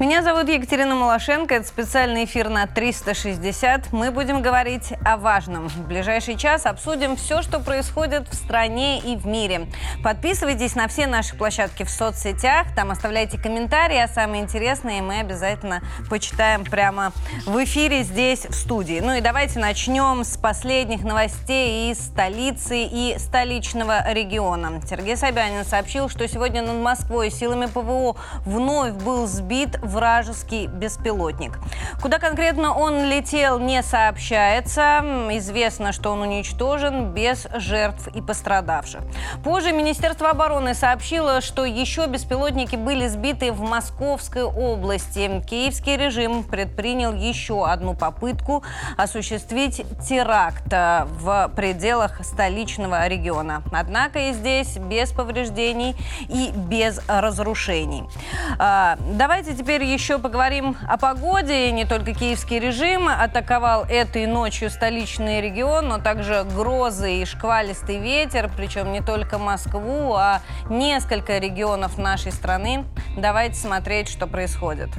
Меня зовут Екатерина Малашенко. Это специальный эфир на 360. Мы будем говорить о важном. В ближайший час обсудим все, что происходит в стране и в мире. Подписывайтесь на все наши площадки в соцсетях. Там оставляйте комментарии, а самые интересные мы обязательно почитаем прямо в эфире здесь, в студии. Ну и давайте начнем с последних новостей из столицы и столичного региона. Сергей Собянин сообщил, что сегодня над Москвой силами ПВО вновь был сбит вражеский беспилотник. Куда конкретно он летел, не сообщается. Известно, что он уничтожен без жертв и пострадавших. Позже Министерство обороны сообщило, что еще беспилотники были сбиты в Московской области. Киевский режим предпринял еще одну попытку осуществить теракт в пределах столичного региона. Однако и здесь без повреждений и без разрушений. Давайте теперь еще поговорим о погоде. Не только киевский режим атаковал этой ночью столичный регион, но также грозы и шквалистый ветер, причем не только Москву, а несколько регионов нашей страны. Давайте смотреть, что происходит.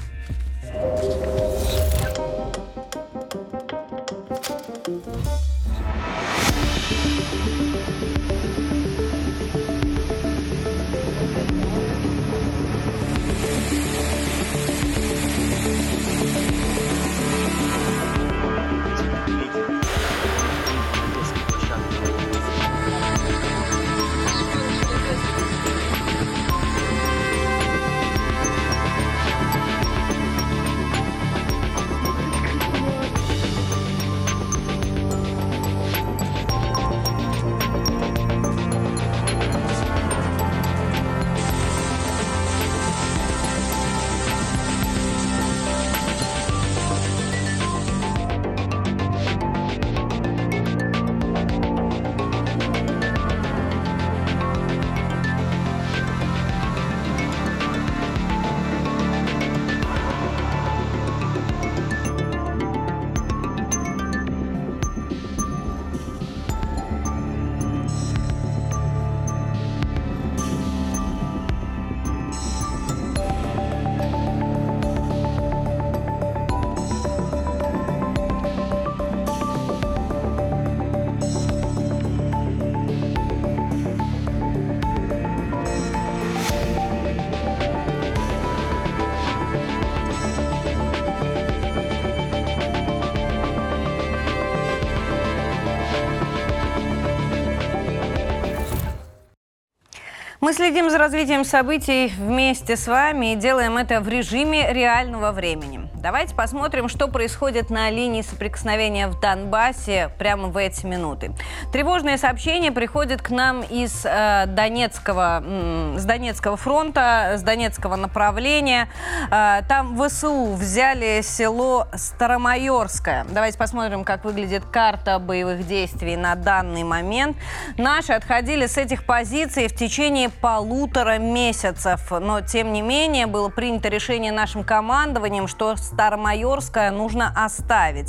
Мы следим за развитием событий вместе с вами и делаем это в режиме реального времени. Давайте посмотрим, что происходит на линии соприкосновения в Донбассе прямо в эти минуты. Тревожные сообщения приходят к нам из Донецкого фронта, с Донецкого направления. Там ВСУ взяли село Старомайорское. Давайте посмотрим, как выглядит карта боевых действий на данный момент. Наши отходили с этих позиций в течение 1,5 месяцев. Но, тем не менее, было принято решение нашим командованием, что Старомайорское нужно оставить,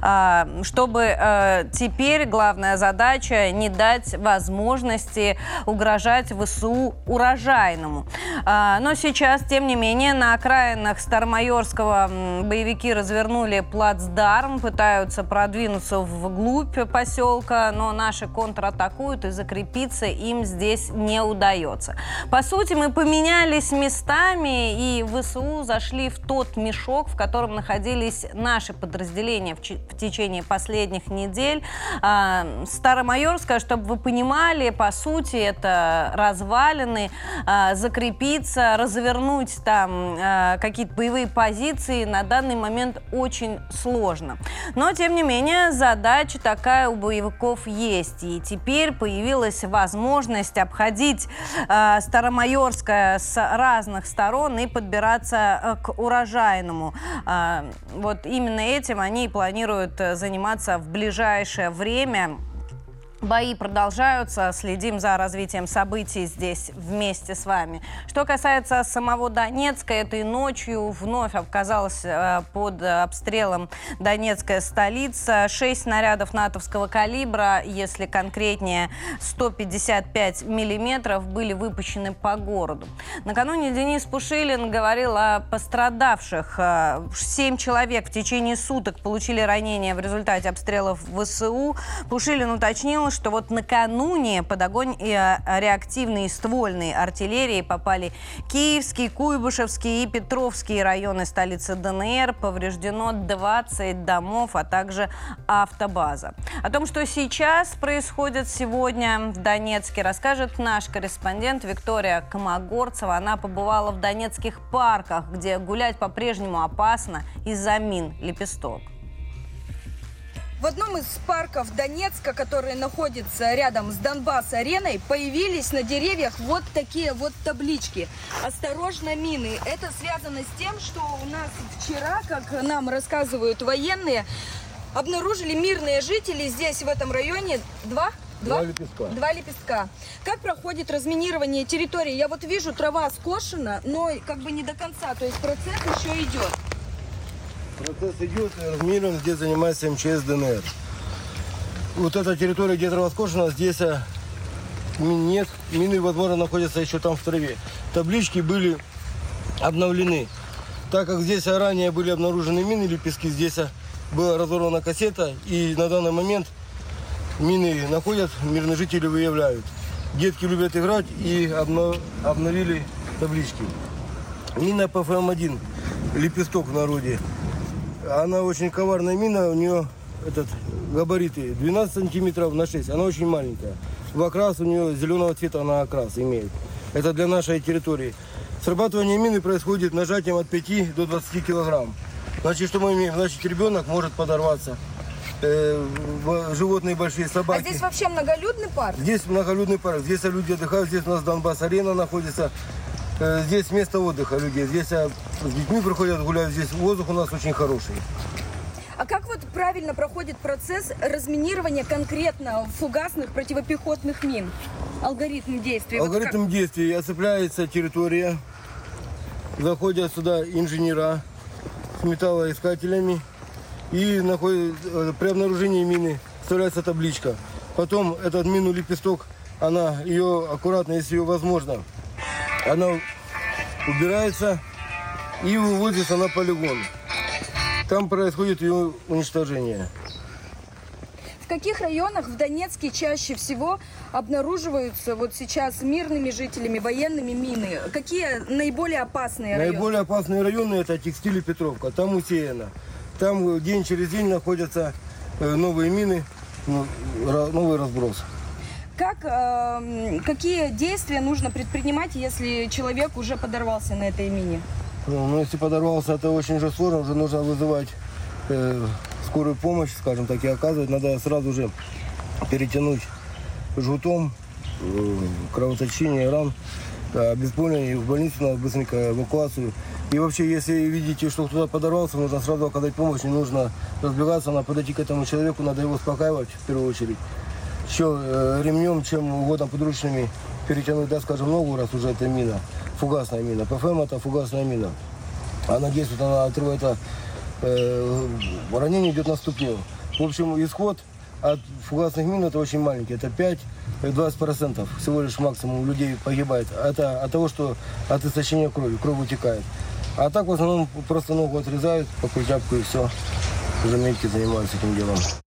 чтобы теперь главная задача не дать возможности угрожать ВСУ урожайному. Но сейчас, тем не менее, на окраинах Старомайорского боевики развернули плацдарм, пытаются продвинуться вглубь поселка, но наши контратакуют, и закрепиться им здесь не удается. По сути, мы поменялись местами, и ВСУ зашли в тот мешок, в котором находились наши подразделения в течение последних недель. Старомайорское, чтобы вы понимали, по сути, это развалины. Закрепиться, развернуть там какие-то боевые позиции на данный момент очень сложно. Но, тем не менее, задача такая у боевиков есть. И теперь появилась возможность обходить Старомайорское с разных сторон и подбираться к урожайному. Вот именно этим они планируют заниматься в ближайшее время. Бои продолжаются, следим за развитием событий здесь вместе с вами. Что касается самого Донецка, этой ночью вновь оказалась под обстрелом донецкая столица. 6 снарядов натовского калибра, если конкретнее 155 миллиметров, были выпущены по городу. Накануне Денис Пушилин говорил о пострадавших. 7 человек в течение суток получили ранения в результате обстрелов ВСУ. Пушилин уточнил, что вот накануне под огонь реактивной и ствольной артиллерии попали Киевский, Куйбышевский и Петровский районы столицы ДНР. Повреждено 20 домов, а также автобаза. О том, что сейчас происходит сегодня в Донецке, расскажет наш корреспондент Виктория Комогорцева. Она побывала в донецких парках, где гулять по-прежнему опасно из-за мин «Лепесток». В одном из парков Донецка, который находится рядом с Донбасс-ареной, появились на деревьях вот такие вот таблички. «Осторожно, мины». Это связано с тем, что у нас вчера, как нам рассказывают военные, обнаружили мирные жители здесь, в этом районе, два лепестка. Как проходит разминирование территории? Я вот вижу, трава скошена, но как бы не до конца, то есть процесс еще идет. Процесс идет, разминирование здесь занимается МЧС ДНР. Вот эта территория, где трава скошена, здесь мин нет. Мины, возможно, находятся еще там в траве. Таблички были обновлены. Так как здесь ранее были обнаружены мины, лепестки, здесь была разорвана кассета. И на данный момент мины находят, мирные жители выявляют. Детки любят играть и обновили таблички. Мина ПФМ-1, лепесток в народе. Она очень коварная мина, у нее габариты 12 сантиметров на 6, она очень маленькая. В окрас у нее зеленого цвета, она окрас имеет. Это для нашей территории. Срабатывание мины происходит нажатием от 5 до 20 килограмм. Значит, что мы имеем? Значит, ребенок может подорваться. Животные большие, собаки. А здесь вообще многолюдный парк? Здесь многолюдный парк, здесь люди отдыхают, здесь у нас Донбасс-арена находится. Здесь место отдыха людей. Здесь с детьми приходят гулять. Здесь воздух у нас очень хороший. А как вот правильно проходит процесс разминирования конкретно фугасных противопехотных мин? Алгоритм действий? Алгоритм действий. Оцепляется территория. Заходят сюда инженера с металлоискателями. И при обнаружении мины вставляется табличка. Потом этот мину «Лепесток», ее аккуратно, если ее возможно, она убирается и выводится на полигон. Там происходит ее уничтожение. В каких районах в Донецке чаще всего обнаруживаются вот сейчас мирными жителями, военными мины? Какие наиболее опасные районы? Наиболее опасные районы — это Текстиль и Петровка. Там усеяно. Там день через день находятся новые мины, новый разброс. Какие действия нужно предпринимать, если человек уже подорвался на этой мине? Если подорвался, это очень же сложно, уже нужно вызывать скорую помощь, скажем так, и оказывать. Надо сразу же перетянуть жгутом, кровоточение ран, обезболивание, в больницу надо быстренько эвакуацию. И вообще, если видите, что кто-то подорвался, нужно сразу оказать помощь, не нужно разбегаться, надо подойти к этому человеку, надо его успокаивать в первую очередь. Еще ремнем, чем угодно подручными перетянуть, да, скажем, ногу, раз уже это мина, фугасная мина. ПФМ — это фугасная мина. Она действует, она отрывает, ранение идет на ступню. В общем, исход от фугасных мин — это очень маленький, это 5-20% всего лишь максимум людей погибает. Это от того, что от истощения крови, кровь утекает. А так в основном просто ногу отрезают, по культяпку, и все. Уже медики занимаются этим делом.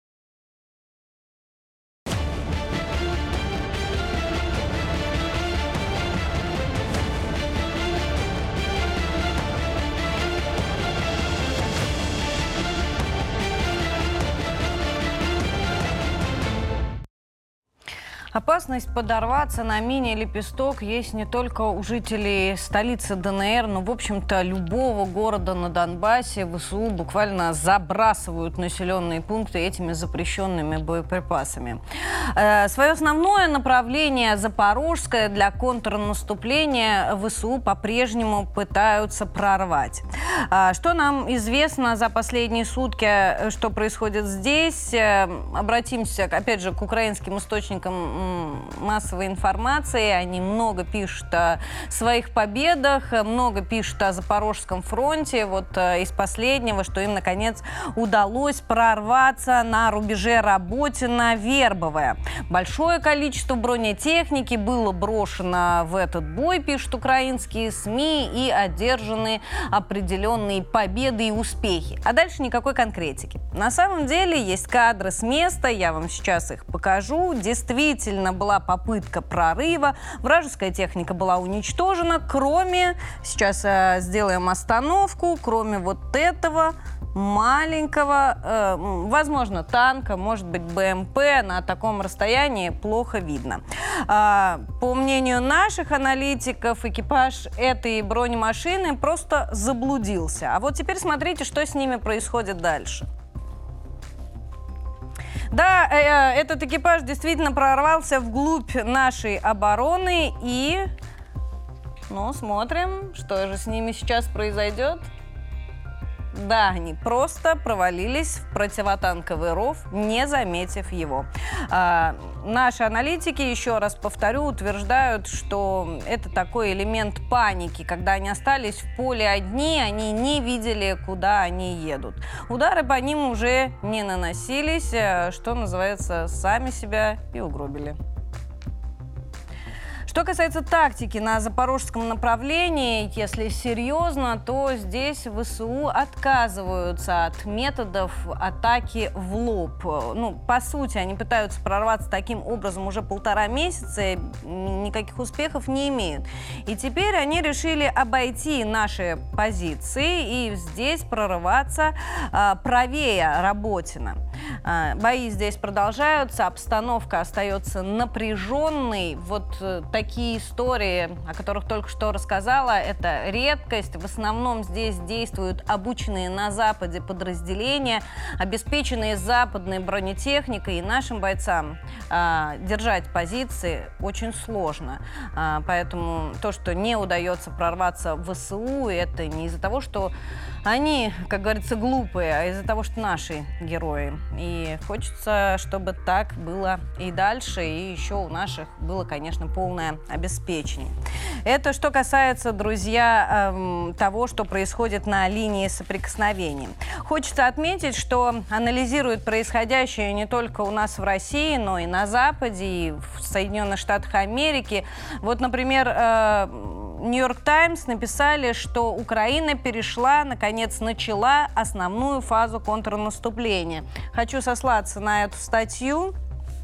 Опасность подорваться на мине «Лепесток» есть не только у жителей столицы ДНР, но, в общем-то, любого города на Донбассе. ВСУ буквально забрасывают населенные пункты этими запрещенными боеприпасами. Свое основное направление, Запорожское, для контрнаступления ВСУ по-прежнему пытаются прорвать. Что нам известно за последние сутки, что происходит здесь? Обратимся, опять же, к украинским источникам массовой информации. Они много пишут о своих победах, много пишут о Запорожском фронте. Вот из последнего, что им, наконец, удалось прорваться на рубеже Работино-Вербовое. Большое количество бронетехники было брошено в этот бой, пишут украинские СМИ, и одержаны определенные победы и успехи. А дальше никакой конкретики. На самом деле есть кадры с места, я вам сейчас их покажу. Действительно была попытка прорыва, вражеская техника была уничтожена, кроме, сейчас сделаем остановку, кроме вот этого маленького, возможно, танка, может быть, БМП, на таком расстоянии плохо видно. По мнению наших аналитиков, экипаж этой бронемашины просто заблудился. А вот теперь смотрите, что с ними происходит дальше. Да, этот экипаж действительно прорвался вглубь нашей обороны, и, смотрим, что же с ними сейчас произойдет. Да, они просто провалились в противотанковый ров, не заметив его. Наши аналитики, еще раз повторю, утверждают, что это такой элемент паники, когда они остались в поле одни, они не видели, куда они едут. Удары по ним уже не наносились, что называется, сами себя и угробили. Что касается тактики на запорожском направлении, если серьезно, то здесь ВСУ отказываются от методов атаки в лоб. По сути, они пытаются прорваться таким образом уже 1,5 месяца, и никаких успехов не имеют. И теперь они решили обойти наши позиции и здесь прорываться правее Работино. Бои здесь продолжаются, обстановка остается напряженной. Вот такие истории, о которых только что рассказала, это редкость. В основном здесь действуют обученные на Западе подразделения, обеспеченные западной бронетехникой, и нашим бойцам держать позиции очень сложно. Поэтому то, что не удается прорваться в ВСУ, это не из-за того, что они, как говорится, глупые, а из-за того, что наши герои. И хочется, чтобы так было и дальше, и еще у наших было, конечно, полное обеспечение. Это что касается, друзья, того, что происходит на линии соприкосновения. Хочется отметить, что анализируют происходящее не только у нас в России, но и на Западе, и в Соединенных Штатах Америки. Вот, например, Нью-Йорк Таймс написали, что Украина перешла, наконец, начала основную фазу контрнаступления. Хочу сослаться на эту статью.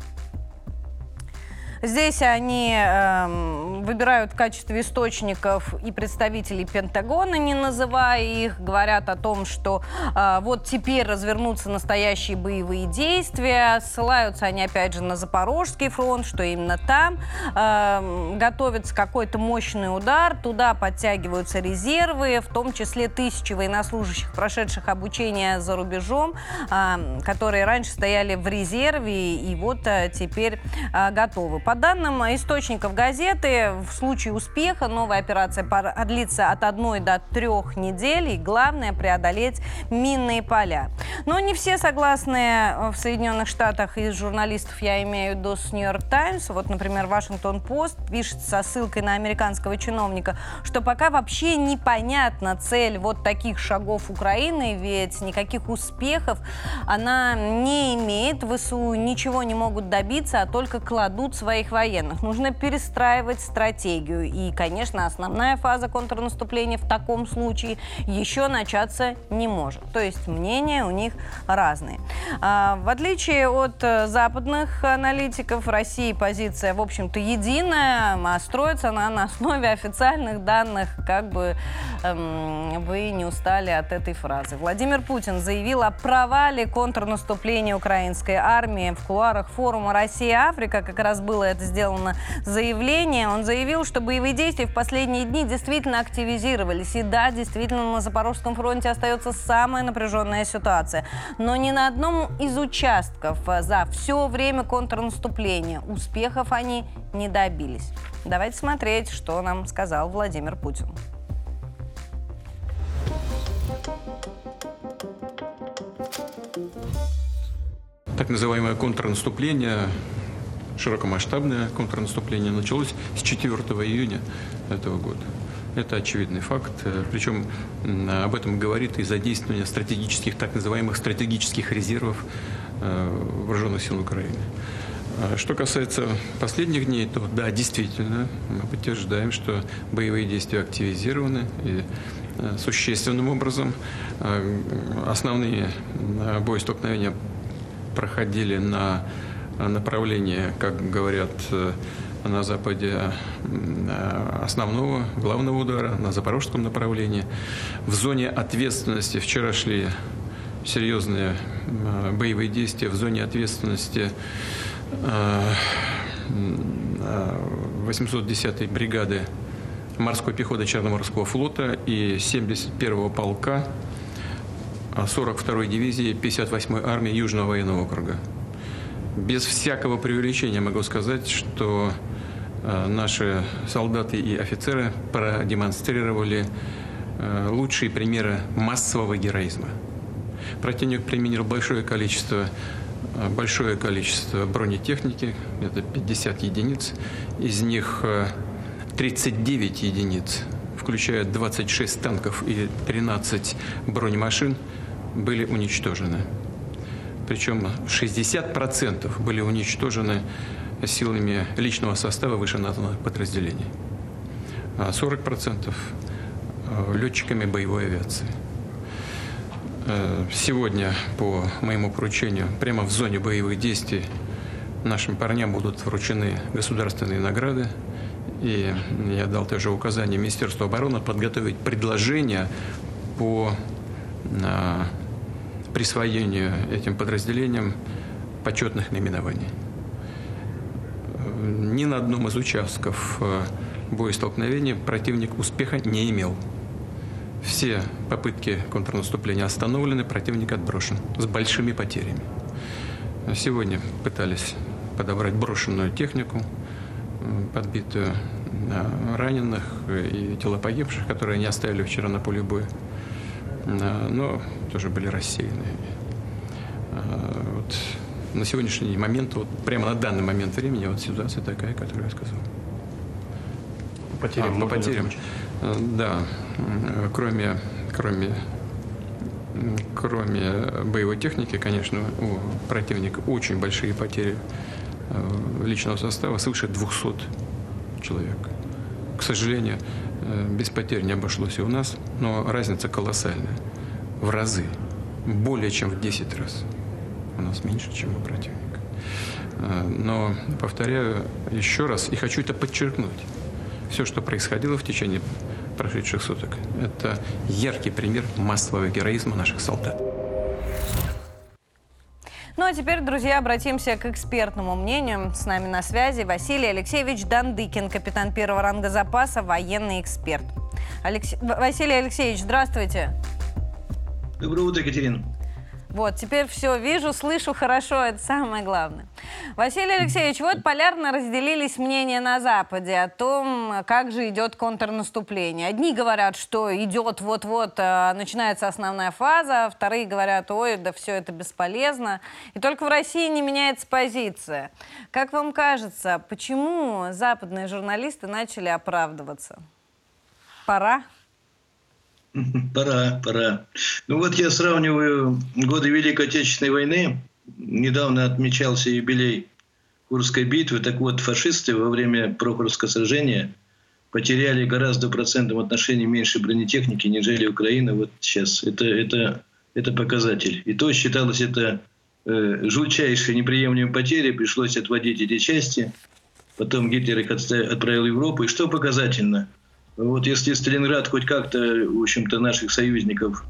Здесь они выбирают в качестве источников и представителей Пентагона, не называя их, говорят о том, что вот теперь развернутся настоящие боевые действия. Ссылаются они опять же на Запорожский фронт, что именно там готовится какой-то мощный удар, туда подтягиваются резервы, в том числе 1000 военнослужащих, прошедших обучение за рубежом, которые раньше стояли в резерве и вот теперь готовы. По данным источников газеты, в случае успеха новая операция продлится от 1 до 3 недель, и главное преодолеть минные поля. Но не все согласны в Соединенных Штатах из журналистов, я имею в виду с Нью-Йорк Таймс. Вот, например, Вашингтон-Пост пишет со ссылкой на американского чиновника, что пока вообще непонятна цель вот таких шагов Украины, ведь никаких успехов она не имеет, ВСУ ничего не могут добиться, а только кладут своих военных. Нужно перестраивать стратегию. И, конечно, основная фаза контрнаступления в таком случае еще начаться не может. То есть мнения у них разные. В отличие от западных аналитиков, в России позиция, в общем-то, единая, а строится она на основе официальных данных, как бы вы не устали от этой фразы. Владимир Путин заявил о провале контрнаступления украинской армии. В кулуарах форума «Россия-Африка» как раз было это сделано заявление. Он заявил, что боевые действия в последние дни действительно активизировались. И да, действительно, на Запорожском фронте остается самая напряженная ситуация. Но ни на одном из участков за все время контрнаступления успехов они не добились. Давайте смотреть, что нам сказал Владимир Путин. называемое контрнаступление, широкомасштабное контрнаступление началось с 4 июня этого года. Это очевидный факт. Причем об этом говорит и задействование стратегических, так называемых стратегических резервов вооруженных сил Украины. Что касается последних дней, то да, действительно, мы подтверждаем, что боевые действия активизированы и существенным образом. Основные боестолкновения проходили на направлении, как говорят на Западе, основного, главного удара, на запорожском направлении. В зоне ответственности вчера шли серьезные боевые действия в зоне ответственности 810-й бригады морской пехоты Черноморского флота и 71-го полка 42-й дивизии 58-й армии Южного военного округа. Без всякого преувеличения могу сказать, что наши солдаты и офицеры продемонстрировали лучшие примеры массового героизма. Противник применил большое количество бронетехники, это 50 единиц, из них 39 единиц, включая 26 танков и 13 бронемашин, были уничтожены. Причем 60% были уничтожены силами личного состава вышеназванных подразделений, а 40% летчиками боевой авиации. Сегодня, по моему поручению, прямо в зоне боевых действий нашим парням будут вручены государственные награды. И я дал также указание Министерству обороны подготовить предложение по присвоению этим подразделениям почетных наименований. Ни на одном из участков боестолкновения противник успеха не имел. Все попытки контрнаступления остановлены, противник отброшен с большими потерями. Сегодня пытались подобрать брошенную технику, подбитую раненых и тела погибших, которые они оставили вчера на поле боя, но тоже были рассеяны. Вот на сегодняшний момент, вот прямо на данный момент времени, вот ситуация такая, которую я сказал. По потерям. Да, кроме боевой техники, конечно, у противника очень большие потери личного состава, свыше 200 человек. К сожалению, без потерь не обошлось и у нас, но разница колоссальная, в разы, более чем в 10 раз. У нас меньше, чем у противника. Но, повторяю еще раз, и хочу это подчеркнуть, все, что происходило в течение прошедших суток, это яркий пример массового героизма наших солдат. Ну а теперь, друзья, обратимся к экспертному мнению. С нами на связи Василий Алексеевич Дандыкин, капитан первого ранга запаса, военный эксперт. Василий Алексеевич, здравствуйте. Доброе утро, Екатерина. Вот, теперь все вижу, слышу хорошо, это самое главное. Василий Алексеевич, вот полярно разделились мнения на Западе о том, как же идет контрнаступление. Одни говорят, что идет вот-вот, начинается основная фаза, вторые говорят, ой, да все это бесполезно. И только в России не меняется позиция. Как вам кажется, почему западные журналисты начали оправдываться? Пора? Пора. Ну вот я сравниваю годы Великой Отечественной войны. Недавно отмечался юбилей Курской битвы. Так вот, фашисты во время Прохоровского сражения потеряли гораздо в процентном отношении меньше бронетехники, нежели Украина вот сейчас. Это показатель. И то считалось это жутчайшей неприемлемой потерей. Пришлось отводить эти части. Потом Гитлер их отправил в Европу. И что показательно? Вот если Сталинград хоть как-то, в общем-то, наших союзников,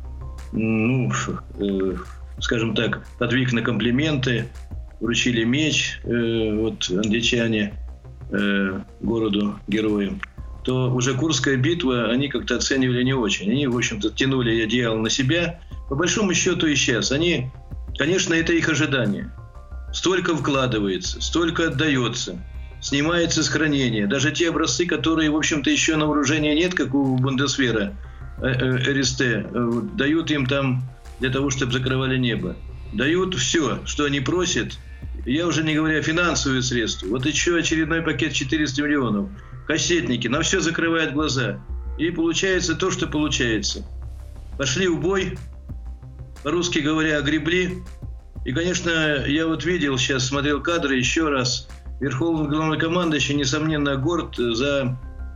скажем так, подвиг на комплименты, вручили меч, вот англичане городу-герою, то уже Курская битва они как-то оценивали не очень. Они, в общем-то, тянули одеяло на себя. По большому счету и сейчас. Они, конечно, это их ожидание. Столько вкладывается, столько отдается. Снимается с хранения. Даже те образцы, которые, в общем-то, еще на вооружении нет, как у Бундесвера, РСТ, дают им там для того, чтобы закрывали небо. дают все, что они просят. Я уже не говорю о финансовые средства. Вот еще очередной пакет 400 миллионов. Кассетники, на все закрывают глаза. И получается то, что получается. Пошли в бой, по-русски говоря, огребли. И, конечно, я вот видел, сейчас смотрел кадры еще раз. Верховный главнокомандующий, несомненно, горд за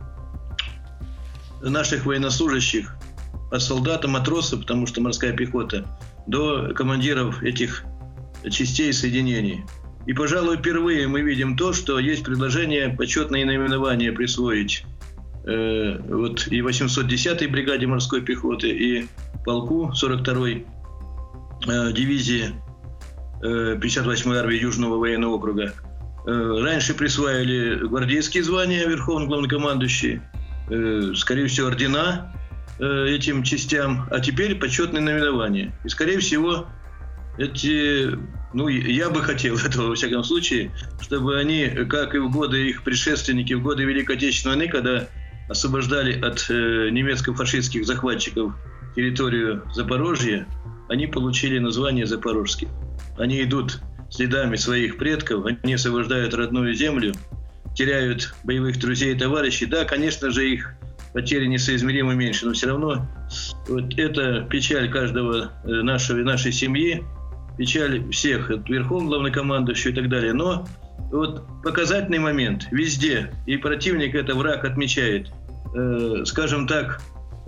наших военнослужащих. От солдата, матросов, потому что морская пехота, до командиров этих частей и соединений. И, пожалуй, впервые мы видим то, что есть предложение почетные наименования присвоить вот и 810-й бригаде морской пехоты, и полку 42-й дивизии 58-й армии Южного военного округа. Раньше присваивали гвардейские звания верховный главнокомандующий, скорее всего, ордена этим частям, а теперь почетные наименования. И, скорее всего, эти, ну, я бы хотел этого, во всяком случае, чтобы они, как и в годы их предшественники, в годы Великой Отечественной войны, когда освобождали от немецко-фашистских захватчиков территорию Запорожья, они получили название запорожских. Они идут следами своих предков, они освобождают родную землю, теряют боевых друзей и товарищей. Да, конечно же, их потери несоизмеримо меньше, но все равно вот это печаль каждого нашей семьи, печаль всех, от верховного главнокомандующего и так далее. Но вот показательный момент везде, и противник это враг отмечает, скажем так,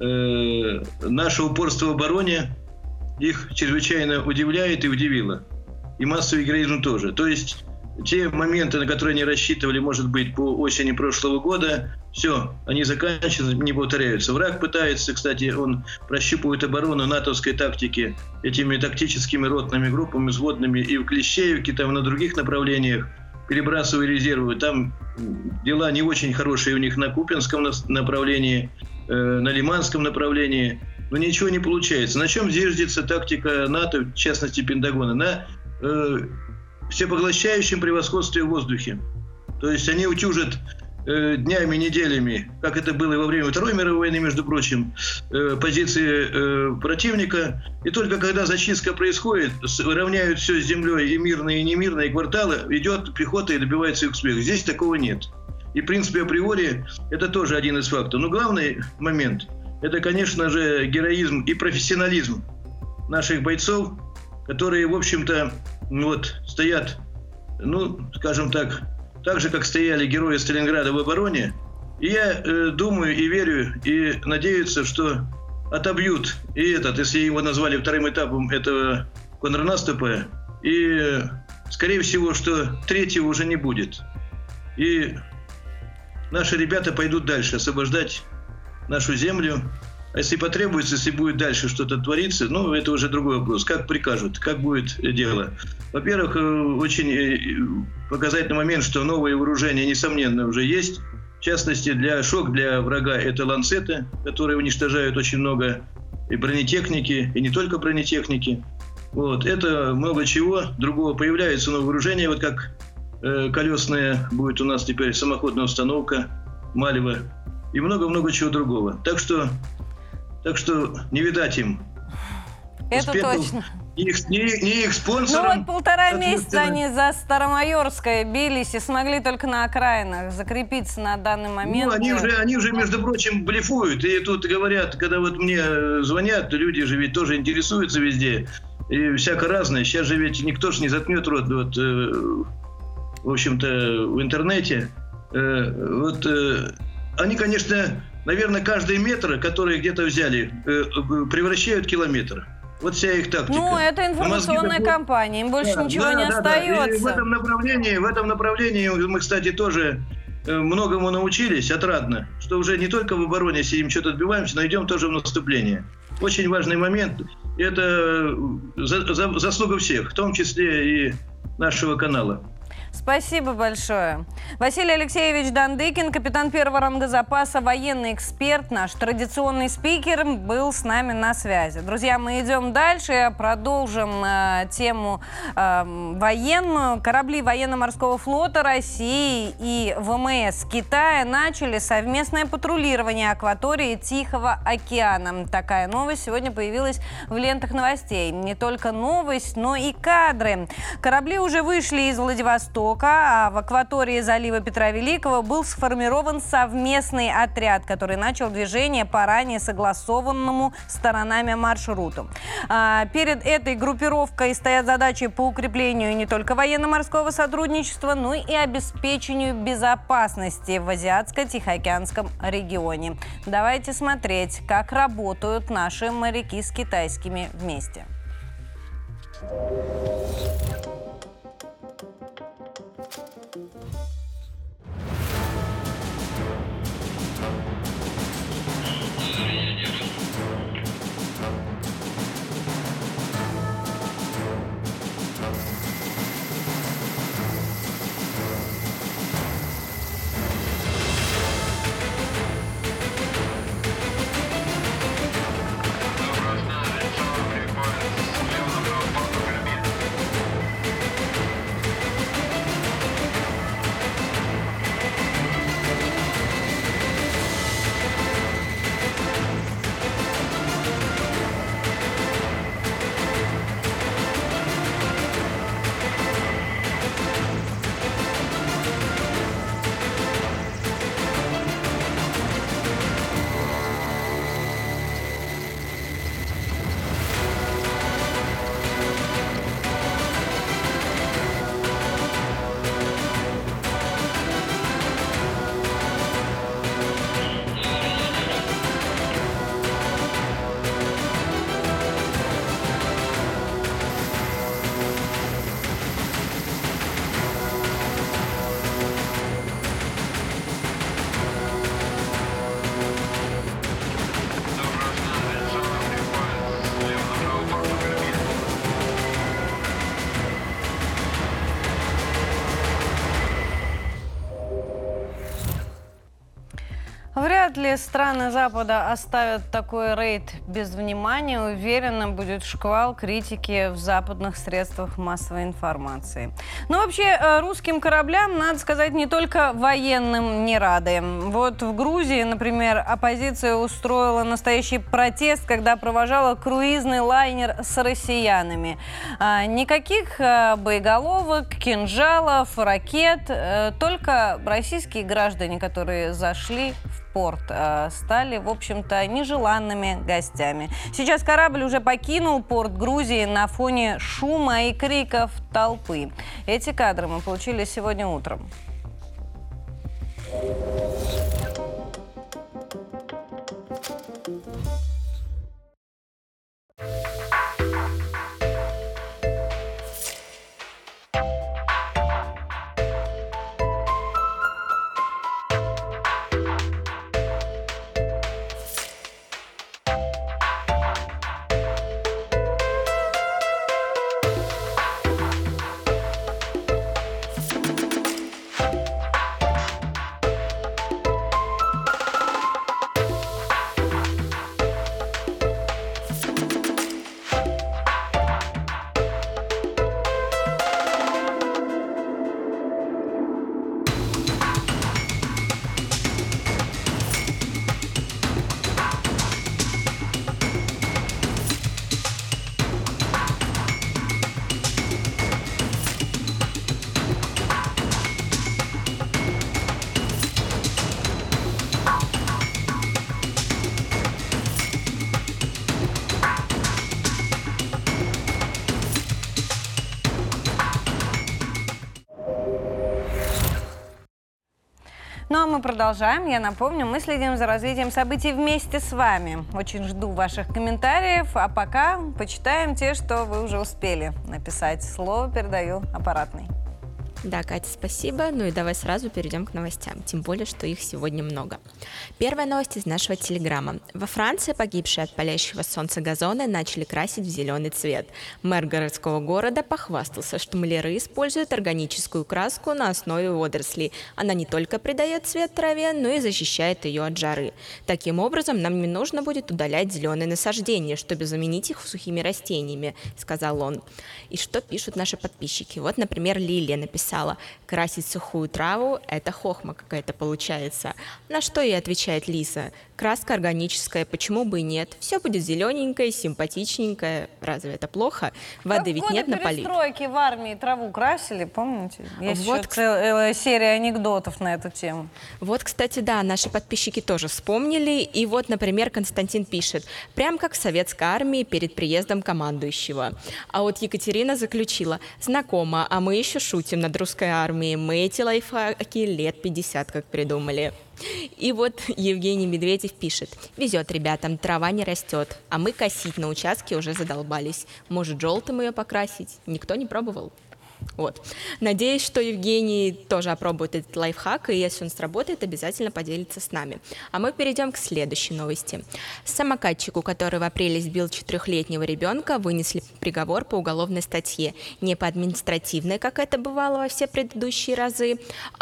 наше упорство в обороне их чрезвычайно удивляет и удивило. И массовый героизм тоже. То есть те моменты, на которые они рассчитывали, может быть, по осени прошлого года, все, они заканчиваются, не повторяются. Враг пытается, кстати, он прощупывает оборону натовской тактики этими тактическими ротными группами, взводными и в Клещеевке, там на других направлениях, перебрасывая резервы. Там дела не очень хорошие у них на Купинском направлении, на Лиманском направлении. Но ничего не получается. На чем зиждется тактика НАТО, в частности Пентагона? На всепоглощающем превосходстве в воздухе. То есть они утюжат днями, неделями, как это было и во время Второй мировой войны, между прочим, позиции противника. И только когда зачистка происходит, равняют все с землей, и мирные, и немирные кварталы, идет пехота и добивается их успеха. Здесь такого нет. И, в принципе, априори, это тоже один из факторов. Но главный момент – это, конечно же, героизм и профессионализм наших бойцов, которые, в общем-то, вот, стоят, ну, скажем так же, как стояли герои Сталинграда в обороне. И я думаю и верю, и надеюсь, что отобьют и этот, если его назвали вторым этапом этого контрнаступа, и, скорее всего, что третьего уже не будет. И наши ребята пойдут дальше освобождать нашу землю. А если потребуется, если будет дальше что-то твориться, ну, это уже другой вопрос. Как прикажут, как будет дело. Во-первых, очень показательный момент, что новые вооружения, несомненно, уже есть. В частности, шок для врага – это ланцеты, которые уничтожают очень много и бронетехники, и не только бронетехники. Вот. Это много чего другого. Появляется новое вооружение, вот как колесная будет у нас теперь самоходная установка Малева и много-много чего другого. Так что не видать им это успехов. Точно. Не их спонсорам. Ну вот 1,5 месяца они за Старомайорское бились и смогли только на окраинах закрепиться на данный момент. Ну, они уже, между прочим, блефуют. И тут говорят, когда вот мне звонят, люди же ведь тоже интересуются везде. И всяко разное. Сейчас же ведь никто же не заткнет рот, вот, в общем-то, в интернете. Они, конечно, наверное, каждый метр, который где-то взяли, превращают в километр. Вот вся их тактика. Ну, это информационная кампания, им больше ничего не остается. И в этом направлении мы, кстати, тоже многому научились, отрадно, что уже не только в обороне сидим, что-то отбиваемся, но идем тоже в наступление. Очень важный момент. Это заслуга всех, в том числе и нашего канала. Спасибо большое. Василий Алексеевич Дандыкин, капитан первого ранга запаса, военный эксперт, наш традиционный спикер, был с нами на связи. Друзья, мы идем дальше, продолжим тему военную. Корабли военно-морского флота России и ВМС Китая начали совместное патрулирование акватории Тихого океана. Такая новость сегодня появилась в лентах новостей. Не только новость, но и кадры. Корабли уже вышли из Владивостока, а в акватории залива Петра Великого был сформирован совместный отряд, который начал движение по ранее согласованному сторонами маршруту. Перед этой группировкой стоят задачи по укреплению не только военно-морского сотрудничества, но и обеспечению безопасности в Азиатско-Тихоокеанском регионе. Давайте смотреть, как работают наши моряки с китайскими вместе. Вряд ли страны Запада оставят такой рейд без внимания. Уверенно, будет шквал критики в западных средствах массовой информации. Но вообще русским кораблям, надо сказать, не только военным не рады. Вот в Грузии, например, оппозиция устроила настоящий протест, когда провожала круизный лайнер с россиянами. Никаких боеголовок, кинжалов, ракет, только российские граждане, которые зашли в порт, стали, в общем-то, нежеланными гостями. Сейчас корабль уже покинул порт Грузии на фоне шума и криков толпы. Эти кадры мы получили сегодня утром. Ну а мы продолжаем. Я напомню, мы следим за развитием событий вместе с вами. Очень жду ваших комментариев. А пока почитаем те, что вы уже успели написать. Слово передаю аппаратной. Да, Катя, спасибо. Ну и давай сразу перейдем к новостям, тем более, что их сегодня много. Первая новость из нашего телеграма. Во Франции погибшие от палящего солнца газоны начали красить в зеленый цвет. Мэр городского города похвастался, что маляры используют органическую краску на основе водорослей. Она не только придает цвет траве, но и защищает ее от жары. Таким образом, нам не нужно будет удалять зеленые насаждения, чтобы заменить их сухими растениями, сказал он. И что пишут наши подписчики? Вот, например, Лилия написала: красить сухую траву – это хохма какая-то получается. На что ей отвечает Лиса: краска органическая, почему бы и нет? Все будет зелененькое, симпатичненькое. Разве это плохо? Воды ведь нет на поле. В перестройки в армии траву красили, помните? Есть Вот, еще целая серия анекдотов на эту тему. Вот, кстати, да, наши подписчики тоже вспомнили. И вот, например, Константин пишет: прям как в советской армии перед приездом командующего. А вот Екатерина заключила: знакомо, а мы еще шутим над русской армией. Мы эти лайфхаки лет 50 как придумали. И вот Евгений Медведев пишет: везет ребятам, трава не растет, а мы косить на участке уже задолбались. Может, желтым ее покрасить? Никто не пробовал. Вот. Надеюсь, что Евгений тоже опробует этот лайфхак, и если он сработает, обязательно поделится с нами. А мы перейдем к следующей новости. Самокатчику, который в апреле сбил 4-летнего ребенка, вынесли приговор по уголовной статье. Не по административной, как это бывало во все предыдущие разы,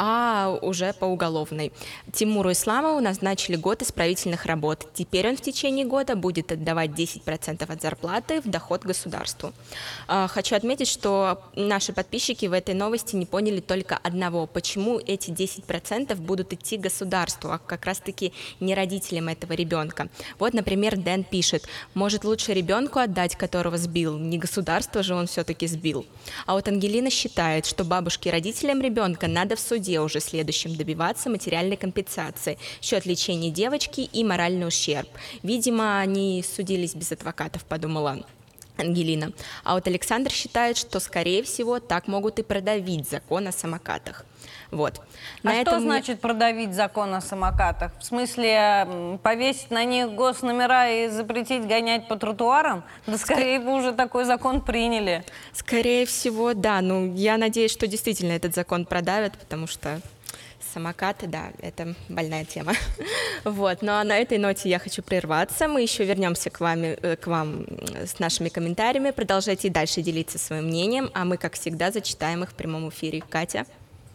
а уже по уголовной. Тимуру Исламову назначили год исправительных работ. Теперь он в течение года будет отдавать 10% от зарплаты в доход государству. Хочу отметить, что наши подписчики в этой новости не поняли только одного: почему эти 10% будут идти государству, а как раз-таки не родителям этого ребенка. Вот, например, Дэн пишет: может, лучше ребенку отдать, которого сбил, не государство же он все-таки сбил. А вот Ангелина считает, что бабушке и родителям ребенка надо в суде уже следующем добиваться материальной компенсации, счет лечения девочки и моральный ущерб. Видимо, они судились без адвокатов, подумала Ангелина. А вот Александр считает, что, скорее всего, так могут и продавить закон о самокатах. Вот. Что значит продавить закон о самокатах? В смысле, повесить на них госномера и запретить гонять по тротуарам? Да скорее бы уже такой закон приняли. Скорее всего, да. Ну, я надеюсь, что действительно этот закон продавят, потому что самокаты, да, это больная тема. Вот. Ну а на этой ноте я хочу прерваться. Мы еще вернемся к вам с нашими комментариями. Продолжайте и дальше делиться своим мнением, а мы, как всегда, зачитаем их в прямом эфире. Катя?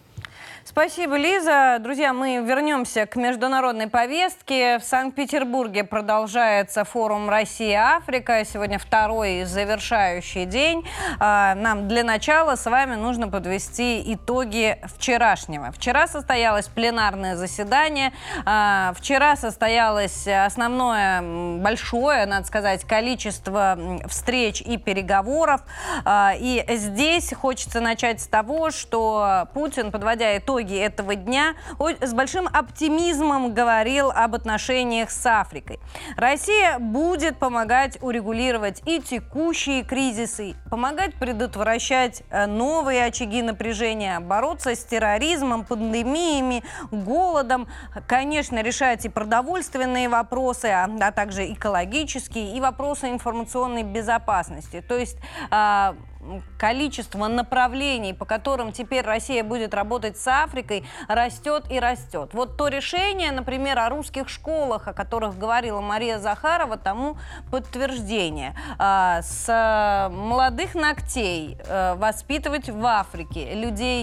Спасибо, Лиза. Друзья, мы вернемся к международной повестке. В Санкт-Петербурге продолжается форум «Россия-Африка». Сегодня второй завершающий день. Нам для начала с вами нужно подвести итоги вчерашнего. Вчера состоялось пленарное заседание. Вчера состоялось основное, большое, надо сказать, количество встреч и переговоров. И здесь хочется начать с того, что Путин, подводя итоги этого дня, с большим оптимизмом говорил об отношениях с Африкой. Россия будет помогать урегулировать и текущие кризисы, помогать предотвращать новые очаги напряжения, бороться с терроризмом, пандемиями, голодом, конечно, решать и продовольственные вопросы, а также экологические и вопросы информационной безопасности. То есть количество направлений, по которым теперь Россия будет работать с Африкой, растет и растет. Вот то решение, например, о русских школах, о которых говорила Мария Захарова, тому подтверждение. С молодых ногтей воспитывать в Африке людей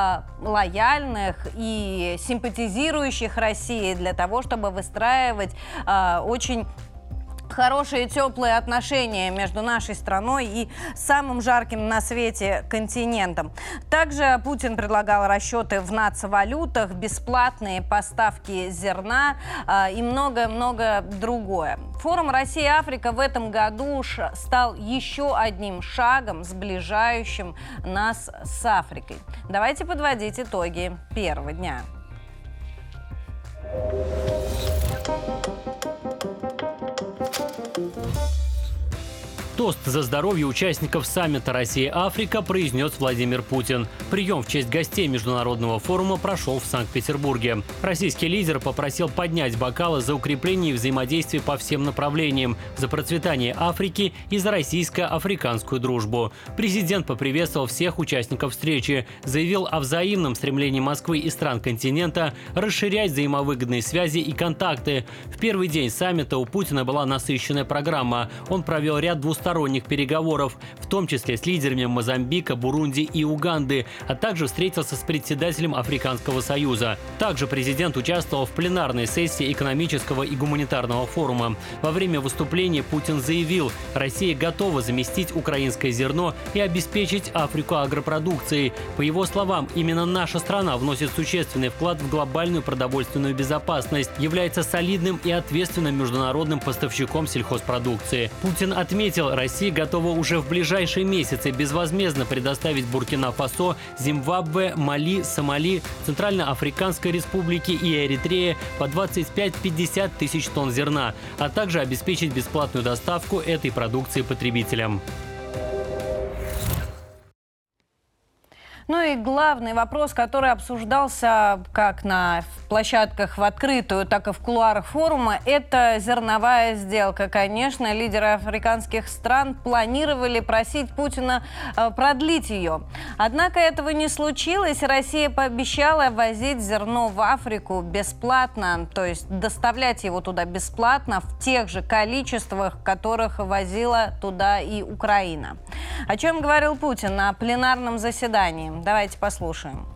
лояльных и симпатизирующих России для того, чтобы выстраивать очень хорошие теплые отношения между нашей страной и самым жарким на свете континентом. Также Путин предлагал расчеты в нацвалютах, бесплатные поставки зерна и многое-многое другое. Форум «Россия-Африка» в этом году стал еще одним шагом, сближающим нас с Африкой. Давайте подводить итоги первого дня. Тост за здоровье участников саммита «Россия-Африка» произнес Владимир Путин. Прием в честь гостей международного форума прошел в Санкт-Петербурге. Российский лидер попросил поднять бокалы за укрепление взаимодействия по всем направлениям, за процветание Африки и за российско-африканскую дружбу. Президент поприветствовал всех участников встречи, заявил о взаимном стремлении Москвы и стран континента расширять взаимовыгодные связи и контакты. В первый день саммита у Путина была насыщенная программа. Он провел ряд двусторонних переговоров, в том числе с лидерами Мозамбика, Бурунди и Уганды, а также встретился с председателем Африканского союза. Также президент участвовал в пленарной сессии экономического и гуманитарного форума. Во время выступления Путин заявил, Россия готова заместить украинское зерно и обеспечить Африку агропродукцией. По его словам, именно наша страна вносит существенный вклад в глобальную продовольственную безопасность, является солидным и ответственным международным поставщиком сельхозпродукции. Путин отметил, Россия готова уже в ближайшие месяцы безвозмездно предоставить Буркина-Фасо, Зимбабве, Мали, Сомали, Центральноафриканской Республике и Эритрее по 25-50 тысяч тонн зерна, а также обеспечить бесплатную доставку этой продукции потребителям. Ну и главный вопрос, который обсуждался как на площадках в открытую, так и в кулуарах форума, это зерновая сделка. Конечно, лидеры африканских стран планировали просить Путина продлить ее. Однако этого не случилось. Россия пообещала возить зерно в Африку бесплатно, то есть доставлять его туда бесплатно в тех же количествах, которых возила туда и Украина. О чем говорил Путин на пленарном заседании? Давайте послушаем.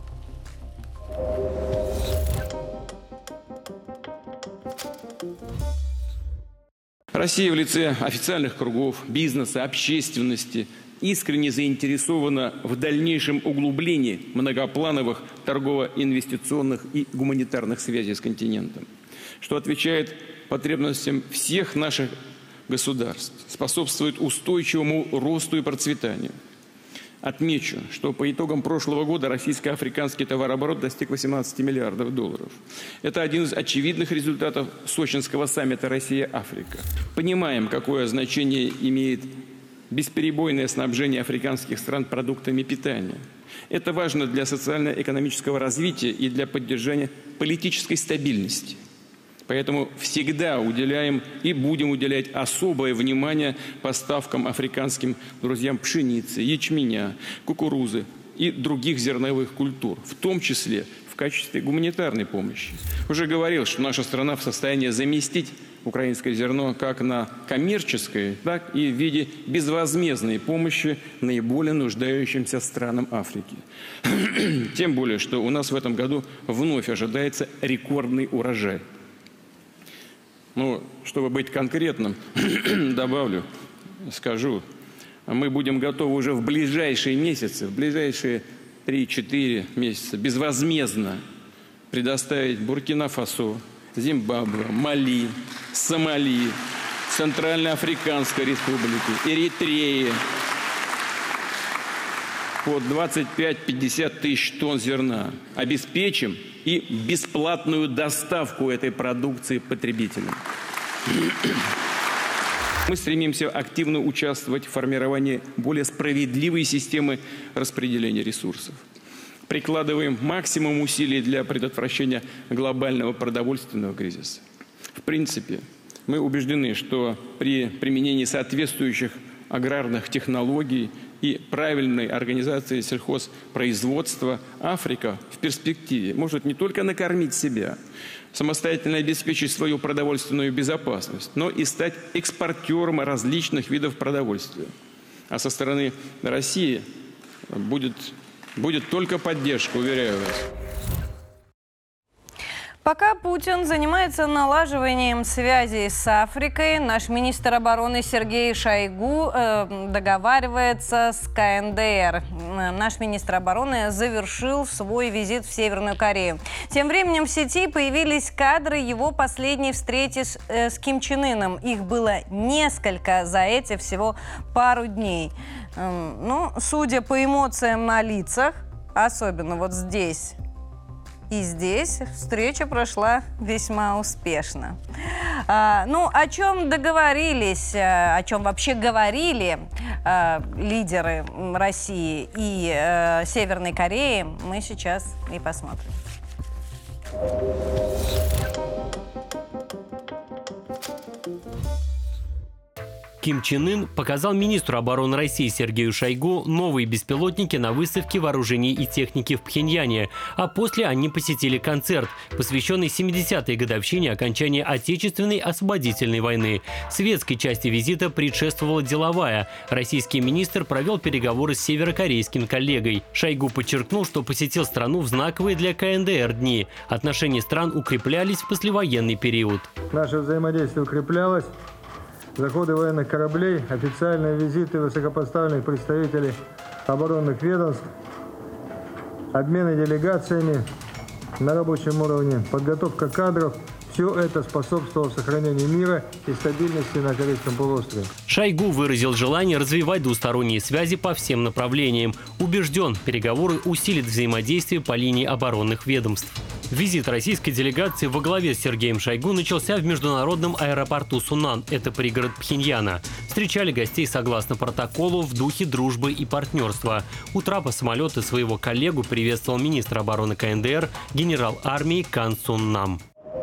Россия в лице официальных кругов, бизнеса, общественности искренне заинтересована в дальнейшем углублении многоплановых торгово-инвестиционных и гуманитарных связей с континентом, что отвечает потребностям всех наших государств, способствует устойчивому росту и процветанию. Отмечу, что по итогам прошлого года российско-африканский товарооборот достиг 18 миллиардов долларов. Это один из очевидных результатов сочинского саммита «Россия-Африка». Понимаем, какое значение имеет бесперебойное снабжение африканских стран продуктами питания. Это важно для социально-экономического развития и для поддержания политической стабильности. Поэтому всегда уделяем и будем уделять особое внимание поставкам африканским друзьям пшеницы, ячменя, кукурузы и других зерновых культур, в том числе в качестве гуманитарной помощи. Уже говорил, что наша страна в состоянии заместить украинское зерно как на коммерческой, так и в виде безвозмездной помощи наиболее нуждающимся странам Африки. Тем более, что у нас в этом году вновь ожидается рекордный урожай. Ну, чтобы быть конкретным, добавлю, скажу, мы будем готовы уже в ближайшие месяцы, в ближайшие 3-4 месяца безвозмездно предоставить Буркина-Фасо, Зимбабве, Мали, Сомали, Центральноафриканской Республики, Эритреи по 25-50 тысяч тонн зерна. Обеспечим и бесплатную доставку этой продукции потребителям. Мы стремимся активно участвовать в формировании более справедливой системы распределения ресурсов. Прикладываем максимум усилий для предотвращения глобального продовольственного кризиса. В принципе, мы убеждены, что при применении соответствующих аграрных технологий и правильной организации сельхозпроизводства Африка в перспективе может не только накормить себя, самостоятельно обеспечить свою продовольственную безопасность, но и стать экспортером различных видов продовольствия. А со стороны России будет только поддержка, уверяю вас. Пока Путин занимается налаживанием связей с Африкой, наш министр обороны Сергей Шойгу договаривается с КНДР. Наш министр обороны завершил свой визит в Северную Корею. Тем временем в сети появились кадры его последней встречи с Ким Чен Ыном. Их было несколько за эти всего пару дней. Ну, судя по эмоциям на лицах, особенно вот здесь И здесь встреча прошла весьма успешно. Ну, о чем договорились, о чем вообще говорили лидеры России и Северной Кореи, мы сейчас и посмотрим. Ким Чен Ын показал министру обороны России Сергею Шойгу новые беспилотники на выставке вооружений и техники в Пхеньяне. А после они посетили концерт, посвященный 70-й годовщине окончания Отечественной освободительной войны. Светской части визита предшествовала деловая. Российский министр провел переговоры с северокорейским коллегой. Шойгу подчеркнул, что посетил страну в знаковые для КНДР дни. Отношения стран укреплялись в послевоенный период. Наше взаимодействие укреплялось. Заходы военных кораблей, официальные визиты высокопоставленных представителей оборонных ведомств, обмены делегациями на рабочем уровне, подготовка кадров – все это способствовало сохранению мира и стабильности на Корейском полуострове. Шойгу выразил желание развивать двусторонние связи по всем направлениям. Убежден, переговоры усилят взаимодействие по линии оборонных ведомств. Визит российской делегации во главе с Сергеем Шойгу начался в международном аэропорту Сунан, это пригород Пхеньяна. Встречали гостей согласно протоколу в духе дружбы и партнерства. У трапа самолета своего коллегу приветствовал министр обороны КНДР генерал армии Кан Сун Нам.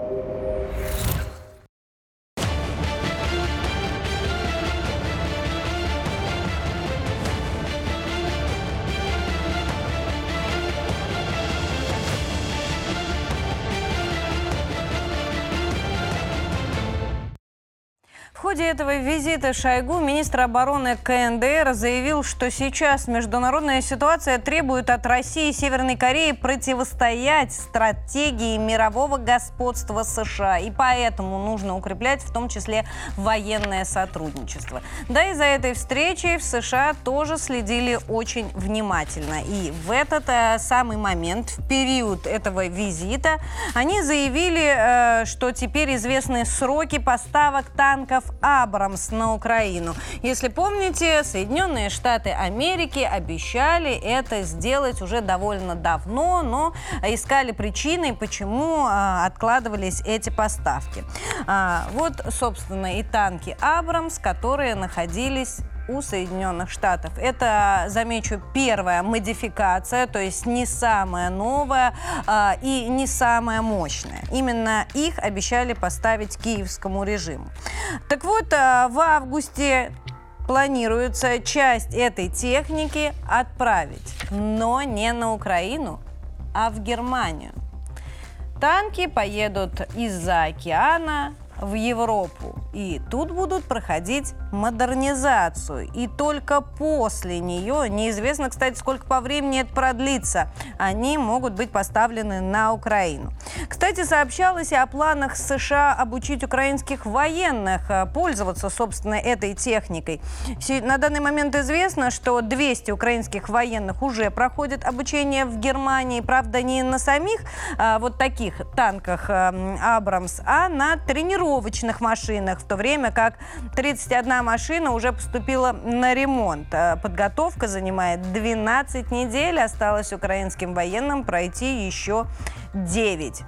В ходе этого визита Шойгу министр обороны КНДР заявил, что сейчас международная ситуация требует от России и Северной Кореи противостоять стратегии мирового господства США. И поэтому нужно укреплять в том числе военное сотрудничество. Да и за этой встречей в США тоже следили очень внимательно. И в этот самый момент, в период этого визита, они заявили, что теперь известны сроки поставок танков «Абрамс» на Украину. Если помните, Соединенные Штаты Америки обещали это сделать уже довольно давно, но искали причины, почему откладывались эти поставки. Вот, собственно, и танки «Абрамс», которые находились у Соединенных Штатов. Это, замечу, первая модификация, то есть не самая новая и не самая мощная. Именно их обещали поставить киевскому режиму. Так вот, в августе планируется часть этой техники отправить, но не на Украину, а в Германию. Танки поедут из-за океана в Европу. И тут будут проходить модернизацию. И только после нее, неизвестно, кстати, сколько по времени это продлится, они могут быть поставлены на Украину. Кстати, сообщалось и о планах США обучить украинских военных пользоваться, собственно, этой техникой. На данный момент известно, что 200 украинских военных уже проходят обучение в Германии. Правда, не на самих вот таких танках «Абрамс», а на тренировочных машинах, в то время как 31 машина уже поступила на ремонт. Подготовка занимает 12 недель. Осталось украинским военным пройти еще 9.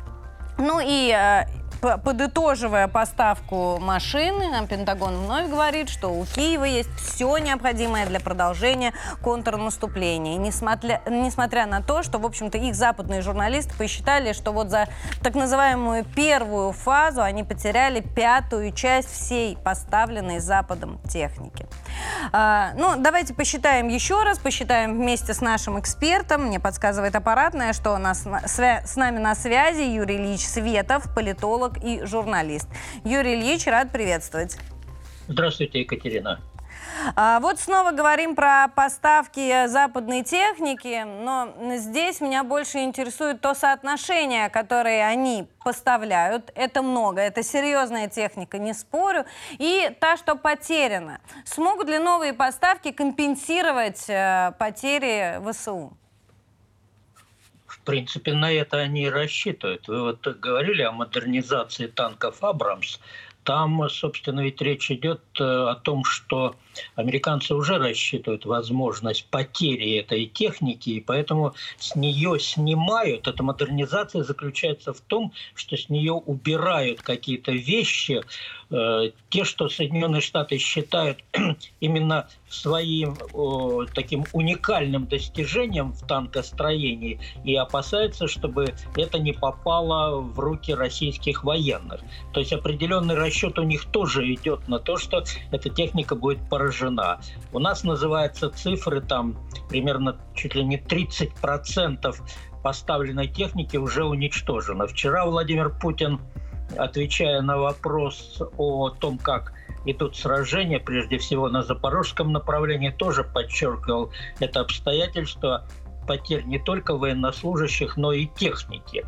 Ну и подытоживая поставку машин, Пентагон вновь говорит, что у Киева есть все необходимое для продолжения контрнаступления. И несмотря на то, что, в общем-то, их западные журналисты посчитали, что вот за так называемую первую фазу они потеряли 5-ю часть всей поставленной Западом техники. Ну, давайте посчитаем еще раз, посчитаем вместе с нашим экспертом. Мне подсказывает аппаратная, что у нас с нами на связи Юрий Ильич Светов, политолог и журналист. Юрий Ильич, рад приветствовать. Здравствуйте, Екатерина. Вот снова говорим про поставки западной техники, но здесь меня больше интересует то соотношение, которое они поставляют. Это много, это серьезная техника, не спорю. И та, что потеряна. Смогут ли новые поставки компенсировать потери ВСУ? В принципе, на это они и рассчитывают. Вы вот говорили о модернизации танков «Абрамс». Там, собственно, ведь речь идет о том, что американцы уже рассчитывают возможность потери этой техники, и поэтому с нее снимают. Эта модернизация заключается в том, что с нее убирают какие-то вещи, те, что Соединенные Штаты считают именно своим таким уникальным достижением в танкостроении, и опасаются, чтобы это не попало в руки российских военных. То есть определенный расчет у них тоже идет на то, что эта техника будет поражена. У нас называются цифры, там примерно чуть ли не 30% поставленной техники уже уничтожено. Вчера Владимир Путин, отвечая на вопрос о том, как идут сражения, прежде всего на запорожском направлении, тоже подчеркивал это обстоятельство потерь не только военнослужащих, но и техники.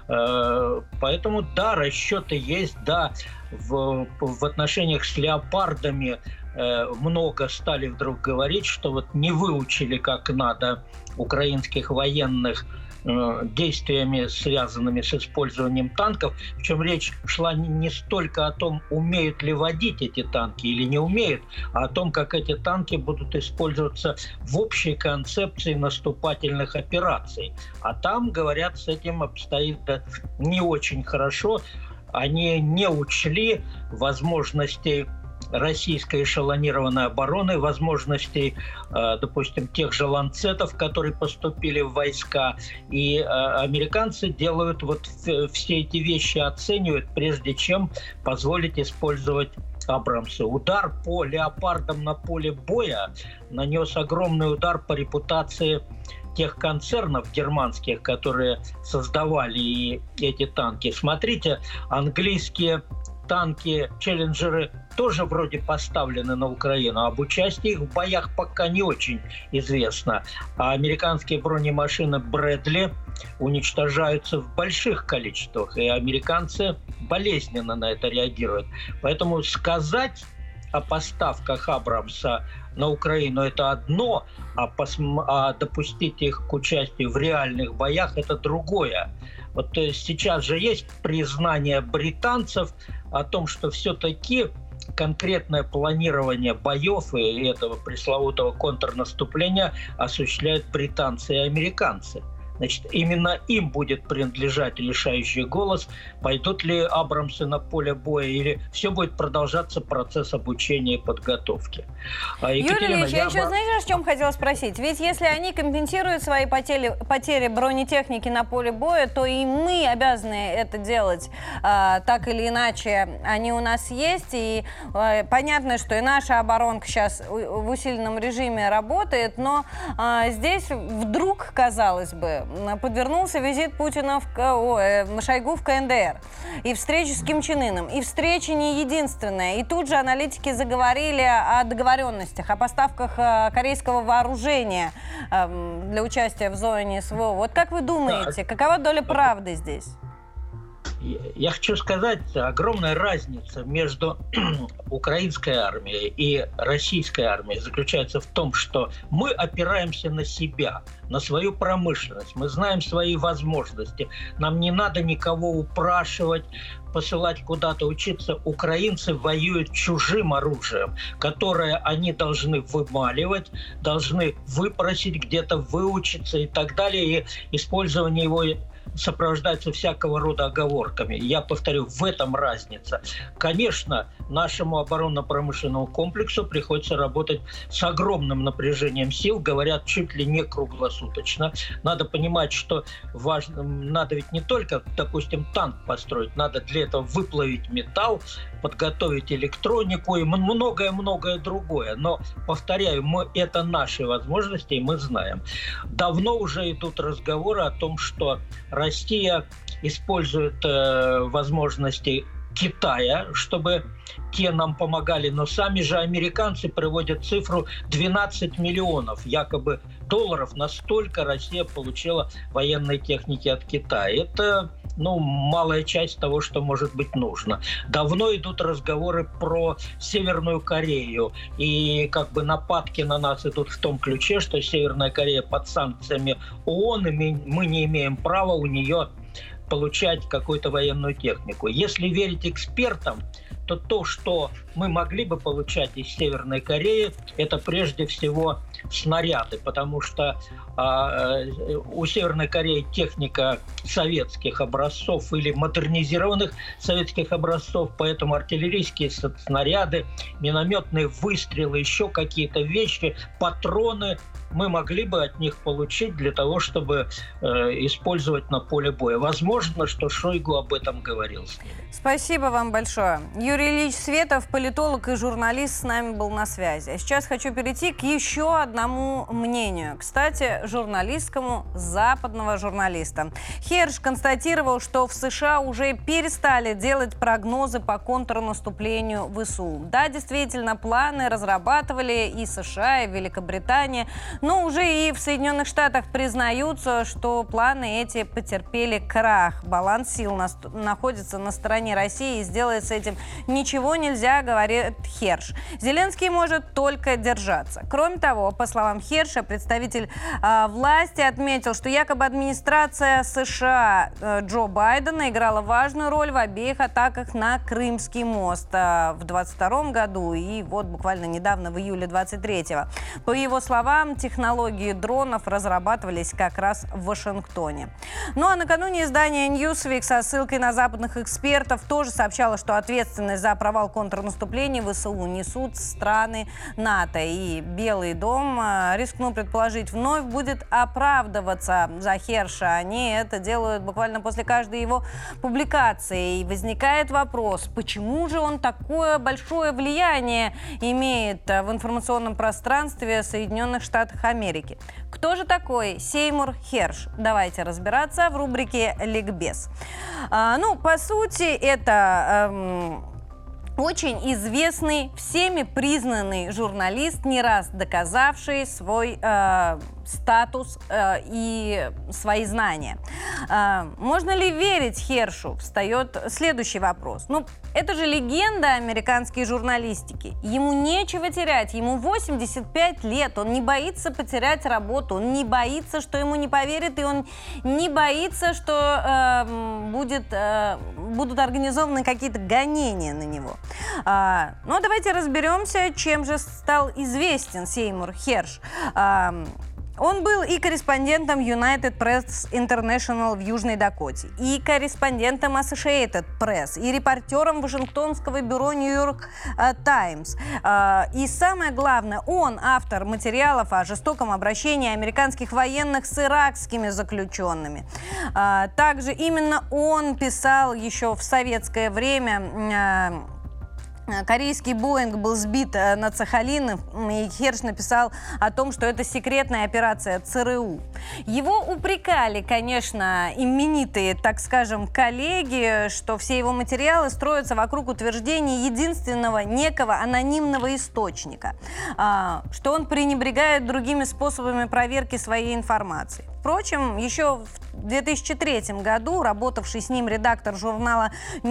Поэтому, да, расчеты есть, да, в отношениях с леопардами много стали вдруг говорить, что вот не выучили как надо украинских военных действиями, связанными с использованием танков. Причем речь шла не столько о том, умеют ли водить эти танки или не умеют, а о том, как эти танки будут использоваться в общей концепции наступательных операций. А там, говорят, с этим обстоит не очень хорошо. Они не учли возможностей российской эшелонированной обороны, возможностей, допустим, тех же ланцетов, которые поступили в войска. И американцы делают вот все эти вещи, оценивают, прежде чем позволить использовать Абрамсы. Удар по леопардам на поле боя нанес огромный удар по репутации тех концернов германских, которые создавали эти танки. Смотрите, английские танки, челленджеры тоже вроде поставлены на Украину. Об участии их в боях пока не очень известно. А американские бронемашины Брэдли уничтожаются в больших количествах, и американцы болезненно на это реагируют. Поэтому сказать о поставках Абрамса на Украину — это одно, а допустить их к участию в реальных боях — это другое. Вот сейчас же есть признание британцев о том, что все-таки конкретное планирование боев и этого пресловутого контрнаступления осуществляют британцы и американцы. Значит, именно им будет принадлежать решающий голос, пойдут ли Абрамсы на поле боя, или все будет продолжаться процесс обучения и подготовки. Юрий Ильич, я еще, знаете, о чем хотела спросить? Ведь если они компенсируют свои потери бронетехники на поле боя, то и мы обязаны это делать так или иначе. Они у нас есть, и понятно, что и наша оборонка сейчас в усиленном режиме работает, но здесь вдруг, казалось бы, подвернулся визит Путина Шойгу в КНДР. И встреча с Ким Чен Ыном. И встреча не единственная. И тут же аналитики заговорили о договоренностях, о поставках корейского вооружения для участия в зоне СВО. Вот как вы думаете, какова доля правды здесь? Я хочу сказать, огромная разница между украинской армией и российской армией заключается в том, что мы опираемся на себя, на свою промышленность, мы знаем свои возможности, нам не надо никого упрашивать, посылать куда-то учиться. Украинцы воюют чужим оружием, которое они должны вымаливать, должны выпросить, где-то выучиться и так далее, и использование его сопровождается всякого рода оговорками. Я повторю, в этом разница. Конечно, нашему оборонно-промышленному комплексу приходится работать с огромным напряжением сил, говорят, чуть ли не круглосуточно. Надо понимать, что надо ведь не только, допустим, танк построить, надо для этого выплавить металл, подготовить электронику и многое-многое другое. Но, повторяю, это наши возможности, и мы знаем. Давно уже идут разговоры о том, что Россия использует возможности Китая, чтобы те нам помогали, но сами же американцы приводят цифру 12 миллионов якобы долларов. Настолько Россия получила военной техники от Китая. Это малая часть того, что может быть нужно. Давно идут разговоры про Северную Корею. И нападки на нас идут в том ключе, что Северная Корея под санкциями ООН, и мы не имеем права у нее получать какую-то военную технику. Если верить экспертам, то, что мы могли бы получать из Северной Кореи, это прежде всего снаряды, потому что у Северной Кореи техника советских образцов или модернизированных советских образцов, поэтому артиллерийские снаряды, минометные выстрелы, еще какие-то вещи, патроны мы могли бы от них получить для того, чтобы использовать на поле боя. Возможно, что Шойгу об этом говорил с ними. Спасибо вам большое. Юрий Ильич Светов, политолог и журналист, с нами был на связи. А сейчас хочу перейти к еще одному мнению. Кстати, журналистскому, западного журналиста. Херш констатировал, что в США уже перестали делать прогнозы по контрнаступлению ВСУ. Да, действительно, планы разрабатывали и США, и Великобритания, но уже и в Соединенных Штатах признаются, что планы эти потерпели крах. Баланс сил находится на стороне России, и сделать с этим ничего нельзя, говорит Херш. Зеленский может только держаться. Кроме того, по словам Херша, представитель власти отметил, что якобы администрация США Джо Байдена играла важную роль в обеих атаках на Крымский мост в 2022 году и вот буквально недавно в июле 2023. По его словам, технологии дронов разрабатывались как раз в Вашингтоне. Ну а накануне издание Newsweek со ссылкой на западных экспертов тоже сообщало, что ответственность за провал контрнаступления ВСУ несут страны НАТО. И Белый дом, рискну предположить, вновь будет оправдываться за Херша. Они это делают буквально после каждой его публикации. И возникает вопрос, почему же он такое большое влияние имеет в информационном пространстве Соединенных Штатов Америки? Кто же такой Сеймур Херш? Давайте разбираться в рубрике «Ликбез». Ну, по сути, это очень известный, всеми признанный журналист, не раз доказавший свой статус и свои знания. Можно ли верить Хершу? Встает следующий вопрос. Ну, это же легенда американской журналистики. Ему нечего терять, ему 85 лет, он не боится потерять работу, он не боится, что ему не поверят, и он не боится, что будут организованы какие-то гонения на него. Но давайте разберемся, чем же стал известен Сеймур Херш. Он был и корреспондентом United Press International в Южной Дакоте, и корреспондентом Associated Press, и репортером Вашингтонского бюро New York Times. И самое главное, он автор материалов о жестоком обращении американских военных с иракскими заключенными. Также именно он писал еще в советское время. Корейский Боинг был сбит над Сахалином, и Херш написал о том, что это секретная операция ЦРУ. Его упрекали, конечно, именитые, так скажем, коллеги, что все его материалы строятся вокруг утверждений единственного некого анонимного источника, что он пренебрегает другими способами проверки своей информации. Впрочем, еще в 2003 году работавший с ним редактор журнала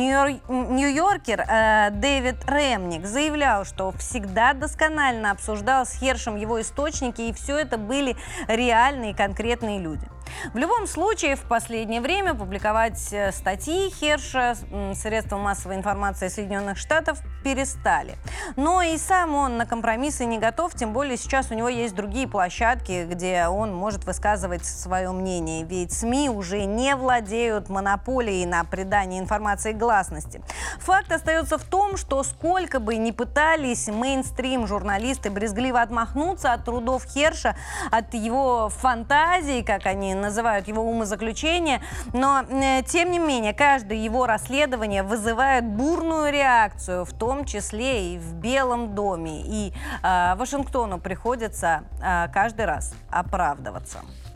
«Нью-Йоркер» Дэвид Ремник заявлял, что всегда досконально обсуждал с Хершем его источники, и все это были реальные конкретные люди. В любом случае, в последнее время публиковать статьи Херша средства массовой информации Соединенных Штатов перестали. Но и сам он на компромиссы не готов, тем более сейчас у него есть другие площадки, где он может высказывать свое мнение. Ведь СМИ уже не владеют монополией на придание информации гласности. Факт остается в том, что сколько бы ни пытались мейнстрим-журналисты брезгливо отмахнуться от трудов Херша, от его фантазий, как они называют его умозаключения, но тем не менее каждое его расследование вызывает бурную реакцию, в том числе и в Белом доме. И Вашингтону приходится каждый раз оправдываться.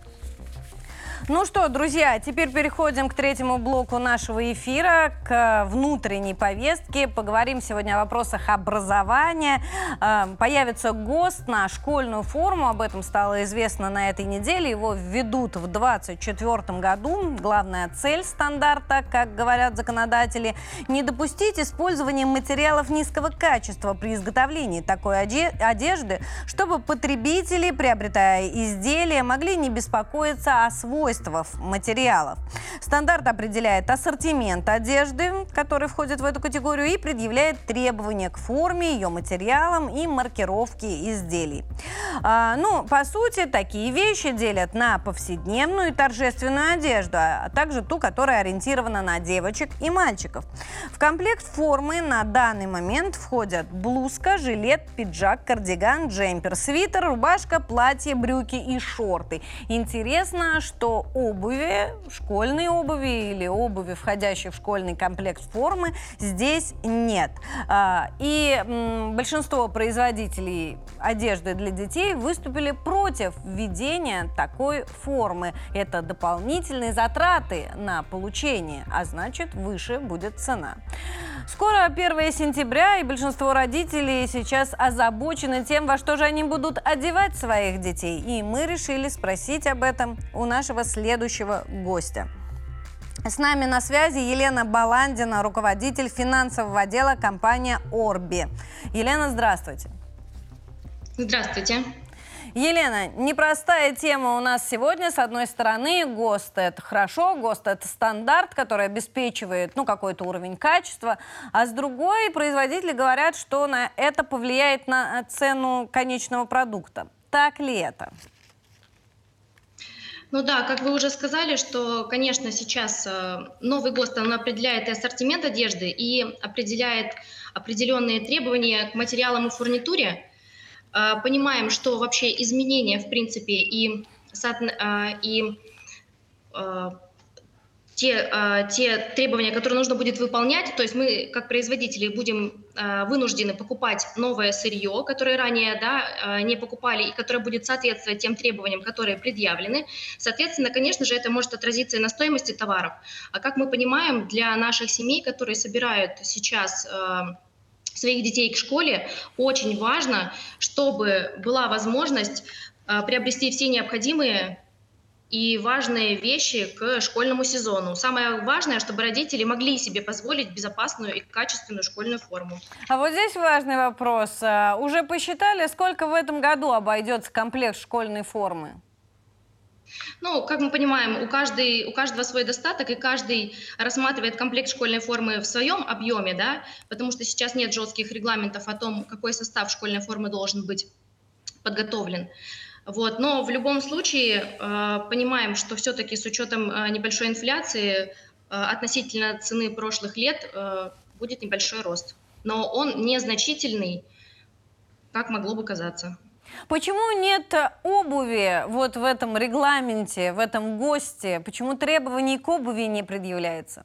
Ну что, друзья, теперь переходим к третьему блоку нашего эфира, к внутренней повестке. Поговорим сегодня о вопросах образования. Появится ГОСТ на школьную форму, об этом стало известно на этой неделе. Его введут в 2024 году. Главная цель стандарта, как говорят законодатели, не допустить использования материалов низкого качества при изготовлении такой одежды, чтобы потребители, приобретая изделия, могли не беспокоиться о свойствах свойствах материалов. Стандарт определяет ассортимент одежды, который входит в эту категорию, и предъявляет требования к форме, ее материалам и маркировке изделий. По сути, такие вещи делят на повседневную и торжественную одежду, а также ту, которая ориентирована на девочек и мальчиков. В комплект формы на данный момент входят блузка, жилет, пиджак, кардиган, джемпер, свитер, рубашка, платье, брюки и шорты. Интересно, что обуви, школьной обуви или обуви, входящей в школьный комплект формы, здесь нет. И большинство производителей одежды для детей выступили против введения такой формы. Это дополнительные затраты на получение, а значит, выше будет цена. Скоро 1 сентября, и большинство родителей сейчас озабочены тем, во что же они будут одевать своих детей. И мы решили спросить об этом у нашего следующего гостя. С нами на связи Елена Баландина, руководитель финансового отдела компании «Орби». Елена, здравствуйте. Здравствуйте. Елена, непростая тема у нас сегодня. С одной стороны, ГОСТ – это хорошо, ГОСТ – это стандарт, который обеспечивает какой-то уровень качества, а с другой, производители говорят, что это повлияет на цену конечного продукта. Так ли это? Ну да, как вы уже сказали, что, конечно, сейчас новый ГОСТ определяет и ассортимент одежды, и определяет определенные требования к материалам и фурнитуре. Понимаем, что вообще изменения, в принципе, и те требования, которые нужно будет выполнять, то есть мы, как производители, будем вынуждены покупать новое сырье, которое ранее не покупали, и которое будет соответствовать тем требованиям, которые предъявлены. Соответственно, конечно же, это может отразиться и на стоимости товаров. А как мы понимаем, для наших семей, которые собирают сейчас своих детей к школе, очень важно, чтобы была возможность приобрести все необходимые и важные вещи к школьному сезону. Самое важное, чтобы родители могли себе позволить безопасную и качественную школьную форму. А вот здесь важный вопрос. Уже посчитали, сколько в этом году обойдется комплект школьной формы? Ну, как мы понимаем, у каждого свой достаток, и каждый рассматривает комплект школьной формы в своем объеме, да, потому что сейчас нет жестких регламентов о том, какой состав школьной формы должен быть подготовлен. Вот. Но в любом случае понимаем, что все-таки с учетом небольшой инфляции относительно цены прошлых лет будет небольшой рост. Но он незначительный, как могло бы казаться. Почему нет обуви вот в этом регламенте, в этом ГОСТе? Почему требований к обуви не предъявляется?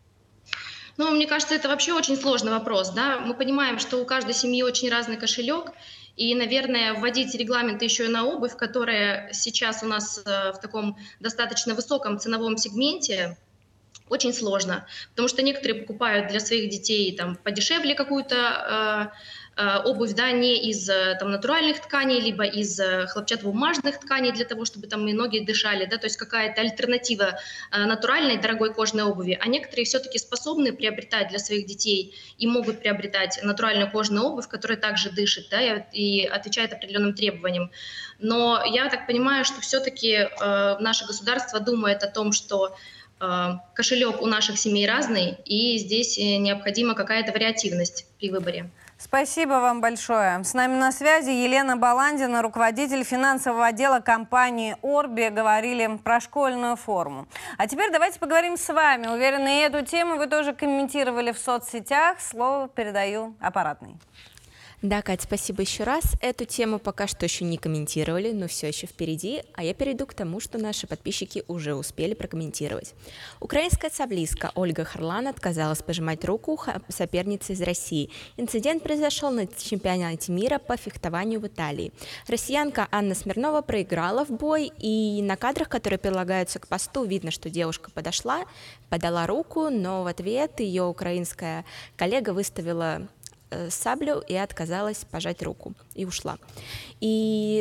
Ну, мне кажется, это вообще очень сложный вопрос. Да? Мы понимаем, что у каждой семьи очень разный кошелек, и, наверное, вводить регламенты еще и на обувь, которая сейчас у нас в таком достаточно высоком ценовом сегменте, очень сложно, потому что некоторые покупают для своих детей подешевле какую-то обувь, да, не из натуральных тканей, либо из хлопчатобумажных тканей для того, чтобы и ноги дышали, да, то есть какая-то альтернатива натуральной дорогой кожаной обуви. А некоторые все-таки способны приобретать для своих детей и могут приобретать натуральную кожаную обувь, которая также дышит, да, и отвечает определенным требованиям. Но я так понимаю, что все-таки наше государство думает о том, что кошелек у наших семей разный, и здесь необходима какая-то вариативность при выборе. Спасибо вам большое. С нами на связи Елена Баландина, руководитель финансового отдела компании «Орби». Говорили про школьную форму. А теперь давайте поговорим с вами. Уверена, и эту тему вы тоже комментировали в соцсетях. Слово передаю аппаратной. Да, Кать, спасибо еще раз. Эту тему пока что еще не комментировали, но все еще впереди, а я перейду к тому, что наши подписчики уже успели прокомментировать. Украинская цаблистка Ольга Харлан отказалась пожимать руку сопернице из России. Инцидент произошел на чемпионате мира по фехтованию в Италии. Россиянка Анна Смирнова проиграла в бой, и на кадрах, которые прилагаются к посту, видно, что девушка подошла, подала руку, но в ответ ее украинская коллега выставила саблю и отказалась пожать руку и ушла. И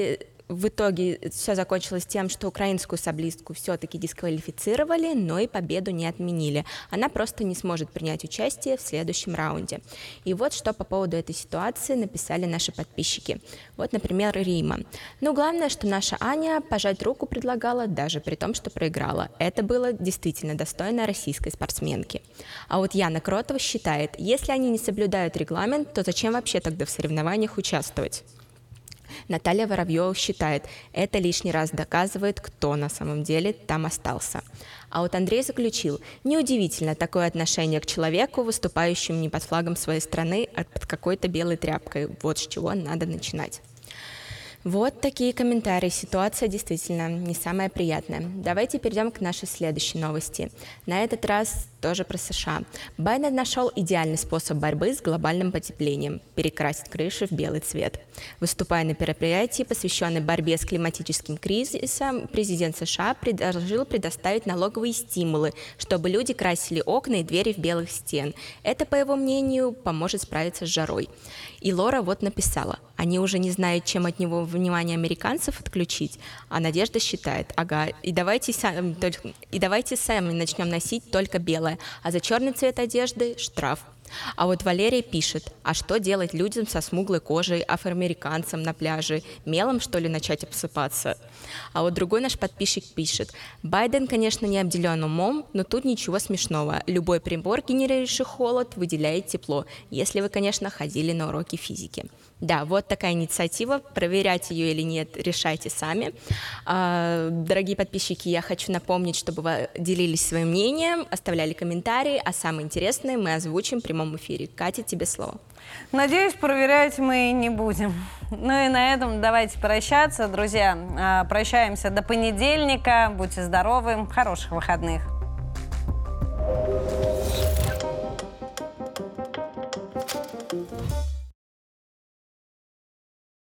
в итоге все закончилось тем, что украинскую саблистку все-таки дисквалифицировали, но и победу не отменили. Она просто не сможет принять участие в следующем раунде. И вот что по поводу этой ситуации написали наши подписчики. Вот, например, Рима. Ну, главное, что наша Аня пожать руку предлагала, даже при том, что проиграла. Это было действительно достойно российской спортсменки. А вот Яна Кротова считает, если они не соблюдают регламент, то зачем вообще тогда в соревнованиях участвовать? Наталья Воробьева считает, это лишний раз доказывает, кто на самом деле там остался. А вот Андрей заключил, неудивительно такое отношение к человеку, выступающему не под флагом своей страны, а под какой-то белой тряпкой. Вот с чего надо начинать. Вот такие комментарии. Ситуация действительно не самая приятная. Давайте перейдем к нашей следующей новости. На этот раз тоже про США. Байден нашел идеальный способ борьбы с глобальным потеплением – перекрасить крыши в белый цвет. Выступая на мероприятии, посвященной борьбе с климатическим кризисом, президент США предложил предоставить налоговые стимулы, чтобы люди красили окна и двери в белых стен. Это, по его мнению, поможет справиться с жарой. И Лора вот написала: они уже не знают, чем от него внимание американцев отключить, а Надежда считает, и давайте сами начнем носить только белое, а за черный цвет одежды – штраф. А вот Валерия пишет, а что делать людям со смуглой кожей, афроамериканцам на пляже? Мелом, что ли, начать обсыпаться? А вот другой наш подписчик пишет, Байден, конечно, не обделен умом, но тут ничего смешного. Любой прибор, генерирующий холод, выделяет тепло, если вы, конечно, ходили на уроки физики. Да, вот такая инициатива. Проверять ее или нет, решайте сами. Дорогие подписчики, я хочу напомнить, чтобы вы делились своим мнением, оставляли комментарии, а самые интересные мы озвучим в прямом эфире. Катя, тебе слово. Надеюсь, проверять мы не будем. Ну и на этом давайте прощаться, друзья. Прощаемся до понедельника. Будьте здоровы, хороших выходных.